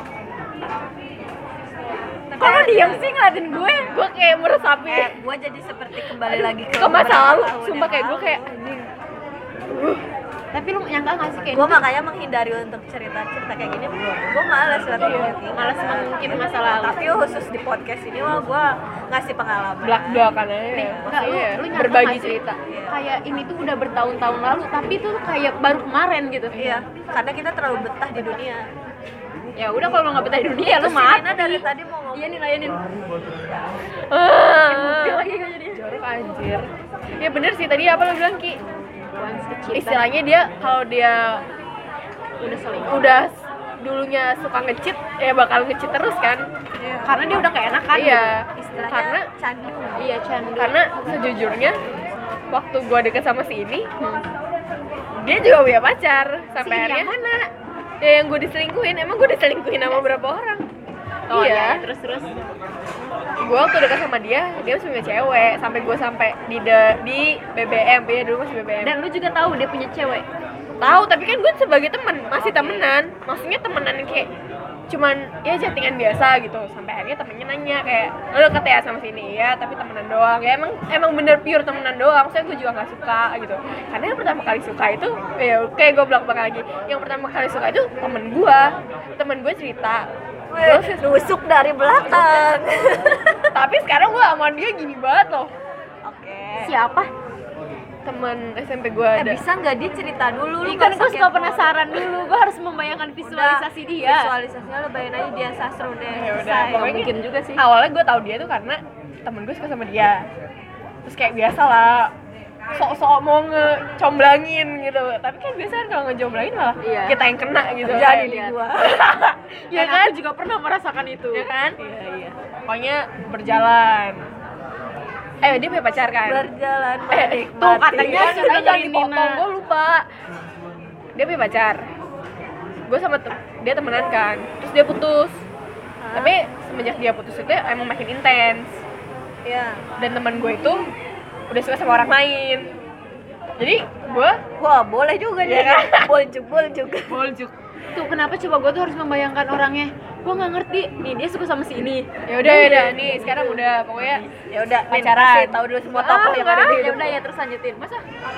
Kalau diam sih ngeliatin gue. Gue kayak meresapi Gua jadi seperti kembali lagi ke masa beberapa lalu. tahun Sumpah yang kayak gue lalu. kayak anjing. Tapi lu nyangka gak sih kayak Gua gitu? makanya menghindari untuk cerita-cerita kayak gini. Gua malas banget ngomongin. Malas mengungkit masa lalu. Tapi khusus di podcast ini mah gua ngasih pengalaman. Belak-belakan aja. Nih, enggak, Maksudnya lu nyangka berbagi nggak sih? cerita. Kayak ini tuh udah bertahun-tahun lalu, tapi tuh kayak baru kemarin gitu. Iya, karena kita terlalu betah di dunia. Ya udah kalau lo nggak betah di dunia ya lu Terus si mati. Nina dari tadi mau ngomong. Iya nih layanin. Ah, Lagi gak jadi. jorok anjir. Ya bener sih, tadi apa lo bilang Ki? Once a cheater. Istilahnya dia kalau dia udah selingkuh. udah dulunya suka ngecit ya bakal ngecit terus kan. Karena dia udah keenakan. Iya, Istilahnya karena candu. Iya candu. karena sejujurnya waktu gua deket sama si ini, dia juga punya pacar sampai Si ini akhirnya yang mana? ya yang gue diselingkuhin. Emang gue diselingkuhin sama berapa orang? Oh iya, terus. gue waktu deket sama dia masih punya cewek, sampai gue sampai di BBM, ya dulu masih BBM. Dan lu juga tahu dia punya cewek. Tahu, tapi kan gue sebagai teman masih temenan, maksudnya temenan yang kayak cuman ya chattingan biasa gitu. Sampai akhirnya temennya nanya kayak lo deket ya sama sini, ya tapi temenan doang. Ya emang bener pure temenan doang. Saya gue juga nggak suka gitu. Karena yang pertama kali suka itu ya kayak gue belak-belak lagi. Yang pertama kali suka itu temen gue cerita. Weh, nusuk dari belakang. Tapi sekarang gue sama dia gini banget loh. Oke. Siapa? Temen SMP gue ada. Bisa nggak dia cerita dulu? Lu Kan nggak gue usah suka kepo. penasaran dulu. Gue harus membayangkan visualisasi Udah, dia. Visualisasinya lu bayangin aja dia sastro deh. Ya udah, Selesai. pokoknya mungkin juga sih. Awalnya gue tahu dia tuh karena temen gue suka sama dia. Terus kayak biasa lah, sok-sok mau ngecomblangin gitu. Tapi kan biasa kan kalau ngejomblangin malah Iya. kita yang kena gitu. Jadi Kayak- di gua. ya Dan kan? aku juga pernah merasakan itu. Ya kan? Iya. Pokoknya berjalan. Dia punya pacar kan? Berjalan Tuh menikmati. katanya Kan sudah jangan dari dipotong, Nina. gue lupa. Dia punya pacar. Gue sama dia temenan kan. Terus dia putus. Tapi semenjak dia putus itu emang makin intens. Iya. Dan teman gue itu udah suka sama orang lain. Jadi gue Wah, boleh juga Iya nih. kan? Boljuk. boljuk. Tuh kenapa coba gue tuh harus membayangkan orangnya? Gue nggak ngerti. Nih dia suka sama si ini. Ya udah nih sekarang udah pokoknya Ya udah, pacaran. tahu dulu semua tokoh yang ada di Ya hidup. udah ya terus lanjutin. Masa?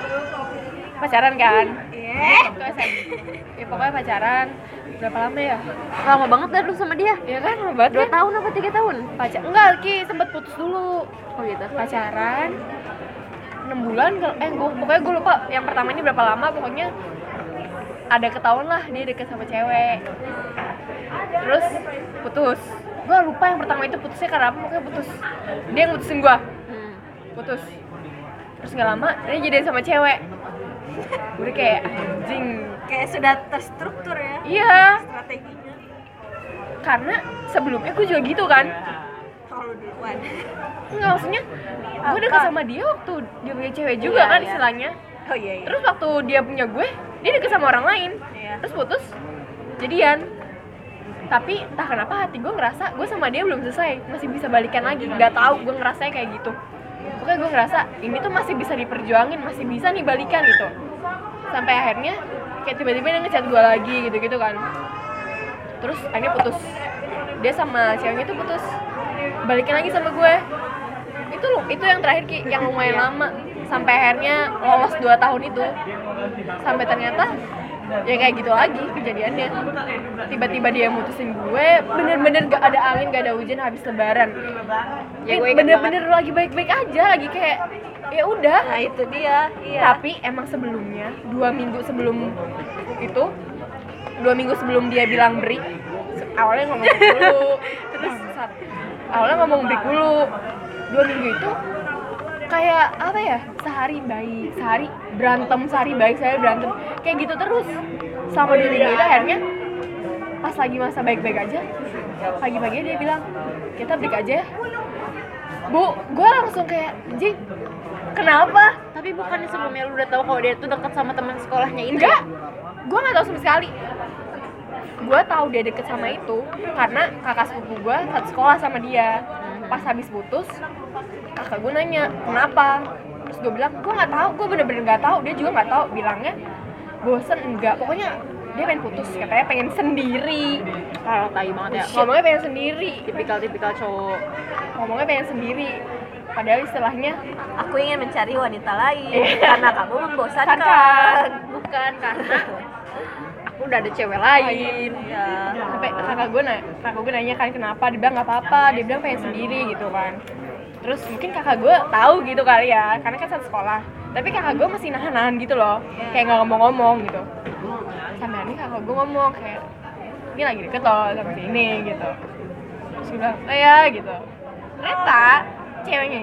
pacaran kan. Iya. Ya pokoknya pacaran. Berapa lama ya? Lama banget dah lu sama dia. Ya kan lama banget 2 kan? tahun apa 3 tahun? Enggak, Ki, sempet putus dulu. Oh gitu. Pacaran 6 bulan pokoknya gue lupa yang pertama ini berapa lama, pokoknya ada ketahuan lah dia deket sama cewek. Terus putus. Gue lupa yang pertama itu putusnya karena apa, pokoknya putus. Dia yang mutusin gue. Putus. Terus nggak lama dia jadian sama cewek. Gue kayak anjing. Kayak sudah terstruktur ya Iya, strateginya. karena sebelumnya gue juga gitu kan. Kalau duluan. Enggak, maksudnya gue deket sama dia waktu dia punya cewek juga Iya, kan iya. istilahnya. Oh iya iya. Terus waktu dia punya gue, dia deket sama orang lain. Iya. Terus putus, jadian. Tapi entah kenapa hati gue ngerasa gue sama dia belum selesai, masih bisa balikan lagi. Gak tahu, gue ngerasanya kayak gitu. Pokoknya gue ngerasa ini tuh masih bisa diperjuangin, masih bisa nih balikan gitu. Sampai akhirnya kayak tiba-tiba dia ngechat gue lagi gitu-gitu kan. Terus akhirnya putus. Dia sama ceweknya tuh putus. Balikan lagi sama gue. Itu yang terakhir Ki, yang lumayan lama. Sampai akhirnya lolos 2 tahun itu. Sampai ternyata ya kayak gitu lagi kejadiannya. Tiba-tiba dia mutusin gue, bener-bener gak ada angin, gak ada hujan habis lebaran. Ya, gue ingat Bener-bener lagi baik-baik aja, lagi kayak ya udah. Nah itu dia. Iya. Tapi emang sebelumnya 2 minggu sebelum itu, 2 minggu sebelum dia bilang break, awalnya ngomong break dulu, terus awalnya ngomong break dulu. 2 minggu itu kayak apa ya, sehari baik, sehari berantem, sehari baik, sehari berantem, kayak gitu terus sama 2 minggu itu. Akhirnya pas lagi masa baik-baik aja, pagi-pagi dia bilang kita break aja ya. Gue langsung kayak anjing, kenapa? Tapi bukannya sebelumnya lu udah tahu kalau dia tuh dekat sama teman sekolahnya ini? Enggak, gue nggak tahu sama sekali. Gue tahu dia deket sama itu karena kakak sepupu gue satu sekolah sama dia. Pas habis putus, kakak gue nanya kenapa. Terus gue bilang gue nggak tahu, gue bener-bener nggak tahu. Dia juga nggak tahu, bilangnya bosen enggak. Pokoknya dia pengen putus, katanya pengen sendiri. Kalau tai banget ya. Ngomongnya pengen sendiri, Tipikal cowok. ngomongnya pengen sendiri. Padahal istilahnya Aku ingin mencari wanita lain Iya. karena kamu membosankan. Bukan karena aku udah ada cewek lain. Ya. sampai kakak gue nanya kan kenapa, dia bilang nggak apa-apa, dia bilang pengen sendiri gitu kan. Terus mungkin kakak gue tahu gitu kali ya, karena kan satu sekolah, tapi kakak gue masih nahan-nahan gitu loh, kayak nggak ngomong-ngomong gitu. Sampai hari ini kakak gue ngomong kayak ini lagi deket loh sama si ini gitu. Terus gue bilang oh ya gitu. Ternyata ceweknya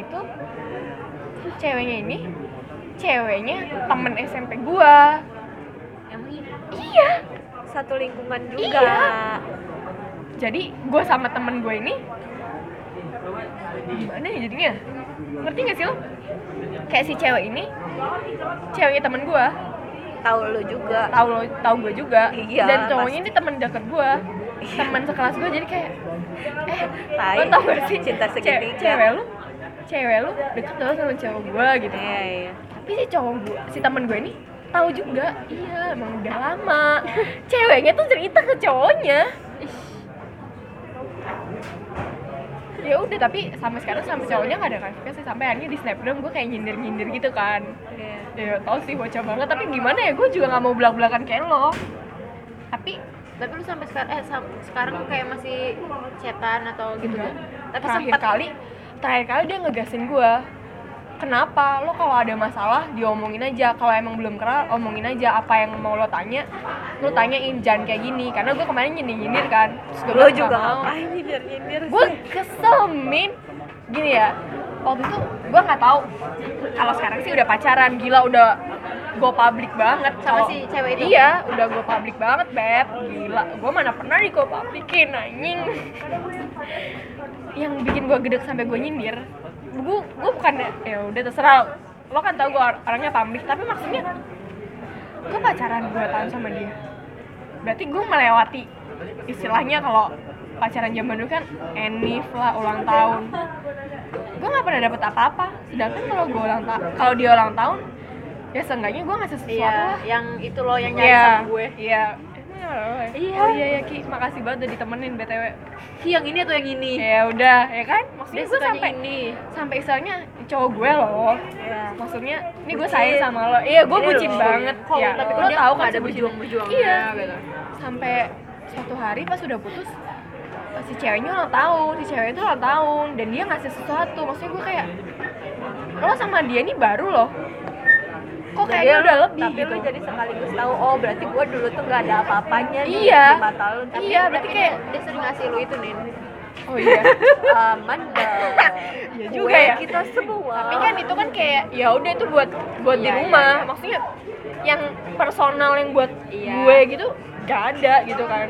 ini ceweknya temen SMP gue. Emang Iya. satu lingkungan juga. Iya. Jadi gue sama temen gue ini gimana ya jadinya? Ngerti gak sih lo? Kayak si cewek ini, ceweknya temen gue, Tahu lu juga. tahu gue juga. Iya, Dan cowoknya pasti. ini temen deket gue, temen sekelas gue. Jadi kayak Tai. lo tau gak sih Cinta segitiga. cewek lu deket loh sama cowok gue gitu. Iya iya. Tapi si temen gue ini tahu juga. Iya, emang udah lama. Ceweknya tuh cerita ke cowoknya. Ya udah, tapi sampai sekarang sampai cowoknya nggak ada klarifikasi. Sampai akhirnya di snapgram gue kayak nyindir gitu kan. Iya. Ya tau sih bocah banget, tapi gimana ya, gue juga nggak mau belak-belakan kayak lo. Tapi Tapi lu sampai sekarang kayak masih chatan atau gitu kan? Tapi terakhir kali dia ngegasin gue, kenapa lo kalau ada masalah diomongin aja, kalau emang belum kenal omongin aja, apa yang mau lo tanya lo tanyain, jangan kayak gini. Karena gue kemarin nyindir kan. Terus gue Lo bilang, juga "Nggak mau." ngapain nyindir Gue kesel min gini ya, waktu itu gue nggak tahu kalau sekarang sih udah pacaran, gila udah go public banget Sama Kalau- si cewek itu? Iya, udah go public banget beb, gila. Gue mana pernah di go publikin anjing. Yang bikin gue gedek sampai gue nyindir, gue bukan ya udah terserah lo kan tahu gue orangnya public, tapi maksudnya gue pacaran 2 tahun sama dia, berarti gue melewati istilahnya kalau pacaran zaman dulu kan enif lah, ulang tahun. Gue nggak pernah dapet apa-apa, sedangkan kalau dia ulang tahun ya seenggaknya gue ngasih sesuatu Iya, lah. yang itu loh yang nyari Iya, sama gue. iya. Itu loh. Iya. Oh iya ya Ki, makasih banget udah ditemenin BTW. Ki yang ini atau yang ini? Ya udah, ya kan? Maksudnya Dia gue sukanya sampai ini. sampai istilahnya cowok gue loh. Ya. Maksudnya, ini gue Bucin. sayang sama lo. Iya, gue Ini bucin loh. banget. Kalau Ya, tapi lo kalau dia tahu nggak kan ada sebutin- berjuang-berjuangnya Iya. gitu. Sampai suatu hari pas udah putus, si ceweknya ulang tahun, si cewek itu ulang tahun dan dia ngasih sesuatu. Maksudnya gue kayak, lo sama dia nih baru loh. Kok kayaknya udah lebih tapi gitu. lu jadi sekaligus tahu, oh berarti gua dulu tuh nggak ada apa-apanya nih Iya. di mata lu. Tapi Iya, berarti kayak Dia sering ngasih lu itu nih. oh iya. aman dong. Iya juga Kue ya. kita semua. Tapi kan itu kan kayak ya udah itu buat di Iya, rumah. iya, iya. Maksudnya yang personal yang buat Iya. gue gitu gak ada gitu kan.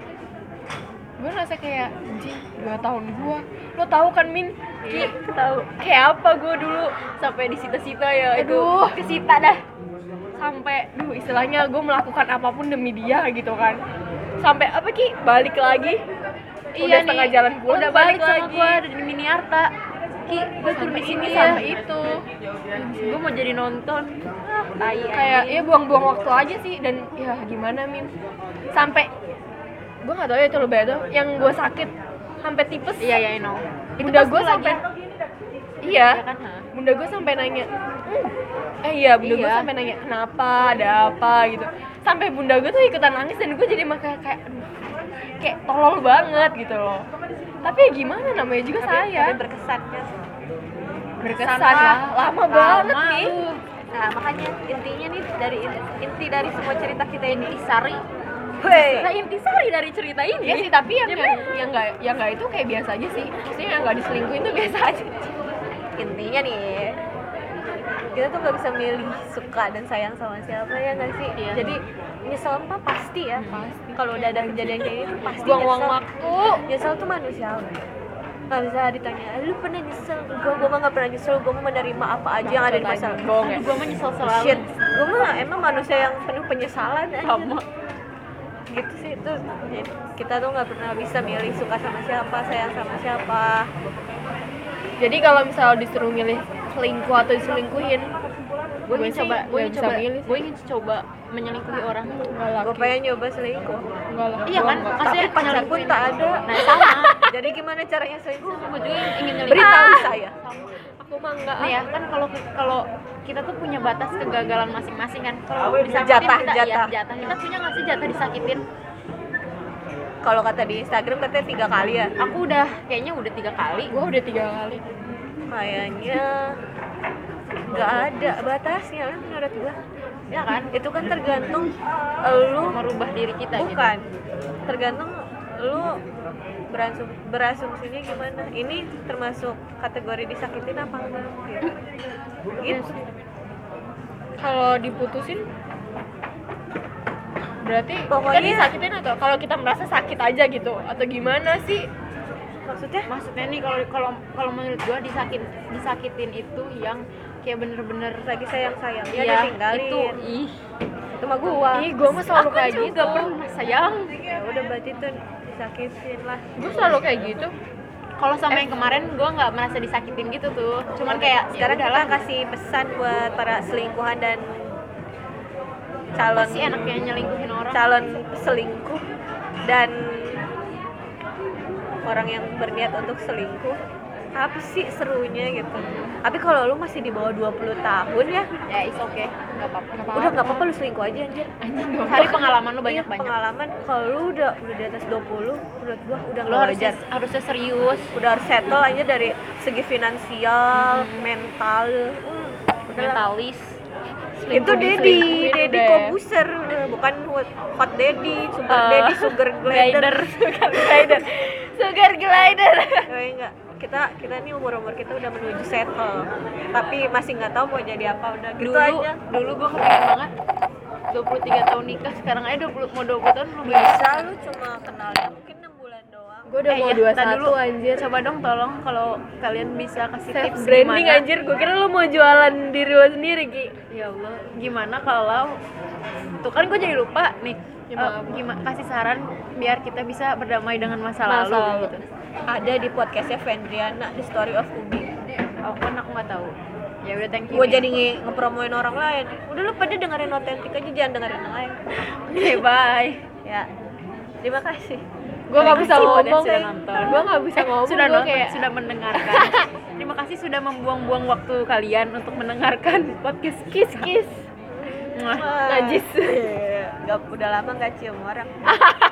Gue ngerasa kayak anjing 2 tahun gue. Lo tahu kan Min? Iya, tahu. Kayak apa gue dulu Sampai disita-sita ya Aduh. itu. Kesita dah. sampai istilahnya gue melakukan apapun demi dia gitu kan. Sampai apa Ki? Balik lagi. Udah setengah jalan pulang udah balik sama gua di Miniarta. Ki, gue turun di sini ya. sampai itu. Gue mau jadi nonton. Tai Kayak ya buang-buang waktu aja sih dan ya gimana Min. Sampai gue nggak tahu ya itu lo beda yang gue sakit sampai tipes. Iya ya, I know. Bunda gue sampai iya Ya kan, ha? bunda gue sampai nanya iya bunda gue Iya. sampai nanya kenapa ada apa gitu sampai bunda gue tuh ikutan nangis dan gue jadi kayak aduh, kayak tolol banget gitu loh tapi ya gimana namanya juga Tapi saya berkesannya. berkesan Sama. lah lama banget Lama nih lu. Nah makanya intinya nih dari inti dari semua cerita kita ini. Intisari. Weh. Nah, intisari dari cerita ini. ya sih tapi yang nggak itu kayak biasa aja sih maksudnya yang nggak diselingkuhin tuh biasa aja Intinya nih kita tuh nggak bisa milih suka dan sayang sama siapa ya nggak sih. Iya. Jadi nyesel mah pasti ya. Pasti. Kalau udah ada kejadian kayak gitu pasti buang-buang nyesel. waktu Nyesel tuh manusiawi. Nggak bisa ditanya, lu pernah nyesel? Gue mah nggak pernah nyesel, gue mah menerima apa aja yang ada di masa lalu. bohong ya Gue mah nyesel selalu. Shit, gue mah emang manusia yang penuh penyesalan ya. Sama. Gitu sih itu. Jadi, kita tuh nggak pernah bisa milih suka sama siapa, sayang sama siapa. jadi kalau misalnya disuruh milih selingkuh atau diselingkuhin Gue ingin coba, gue ingin coba menyelingkuhi orang. Gue pengen nyoba selingkuh. enggak lah Iya kan? Tapi Maksudnya pacar pun tak ada. Nah, sama. Jadi gimana caranya selingkuh? Gue juga ingin nyelingkuhi. Beritahu saya. aku mah enggak Nih ya kan kalau kita tuh punya batas kegagalan masing-masing kan. Kalau disakitin Jatah, kita jatah. ya jatah. Kita punya nggak sih jatah disakitin? Kalau kata di Instagram katanya 3 kali ya. Aku udah kayaknya udah 3 kali. gue udah 3 kali Kayaknya nggak ada batasnya menurut gua. Ya kan? Itu kan tergantung lu Merubah diri kita gitu. bukan. Tergantung lu berasumsinya gimana. Ini termasuk kategori disakitin apa enggak gitu. Gitu. kalau diputusin berarti kita Pokoknya- disakitin atau kalau kita merasa sakit aja gitu atau gimana sih Maksudnya Maksudnya nih kalau menurut gua disakitin itu yang kayak bener-bener lagi sayang-sayangnya iya, ditinggalin. itu mah gua. ih gue mah selalu Aku kayak juga gitu pernah sayang. Ya udah berarti tuh disakitin lah. gue selalu kayak gitu Kalau sama yang kemarin gua nggak merasa disakitin gitu tuh. Cuman kayak Sekarang ya kita udahlah, kasih pesan buat para selingkuhan dan calon apa sih enaknya nyelingkuhin orang. calon selingkuh dan orang yang berniat untuk selingkuh. Apa sih serunya gitu. Tapi kalau lu masih di bawah 20 tahun ya, Ya is okay, nggak apa-apa. udah nggak apa-apa lu selingkuh aja anjir. Cari pengalaman lu Iya, banyak-banyak. pengalaman. Kalau lu udah di atas 20, menurut gua udah Lu nggak harusnya wajar. harusnya serius. Udah harus settle aja dari segi finansial, mental. Udah lah. Mentalis. Itu Dedi Kobuser, bukan hot Dedi, sugar glider. sugar glider Enggak, kita nih umur kita udah menuju settle, tapi masih nggak tahu mau jadi apa. Udah gitu aja. Dulu gua kepengen banget 23 tahun nikah, sekarang aja 20 tahun belum Bisa lu cuma kenalnya mungkin 6 bulan doang. gue udah mau iya, 21 ntar dulu. anjir Coba dong tolong kalau kalian bisa kasih self tips branding gimana. anjir gue kira lu mau jualan diri lo sendiri Ki Ya Allah, gimana kalau tuh kan gue jadi lupa nih. Ya, maaf. Gimana kasih saran biar kita bisa berdamai dengan masa Masa lalu lalu. gitu. Ada di podcastnya Vendriana, The Story of Ubi. Oh, kan aku nggak tahu. Ya udah, thank you. Gue nih. jadi ngepromoin orang lain. Udah lu pada dengerin otentik aja, jangan dengerin yang lain. Oke, bye. Ya Ya, terima kasih. Gue nggak bisa Terima kasih ngomong, buat yang sudah nonton. gue nggak bisa ngomong, sudah gue nonton, kayak sudah mendengarkan. Terima kasih sudah membuang-buang waktu kalian untuk mendengarkan podcast kiss. Mwah. Najis. Gak, udah lama gak cium orang.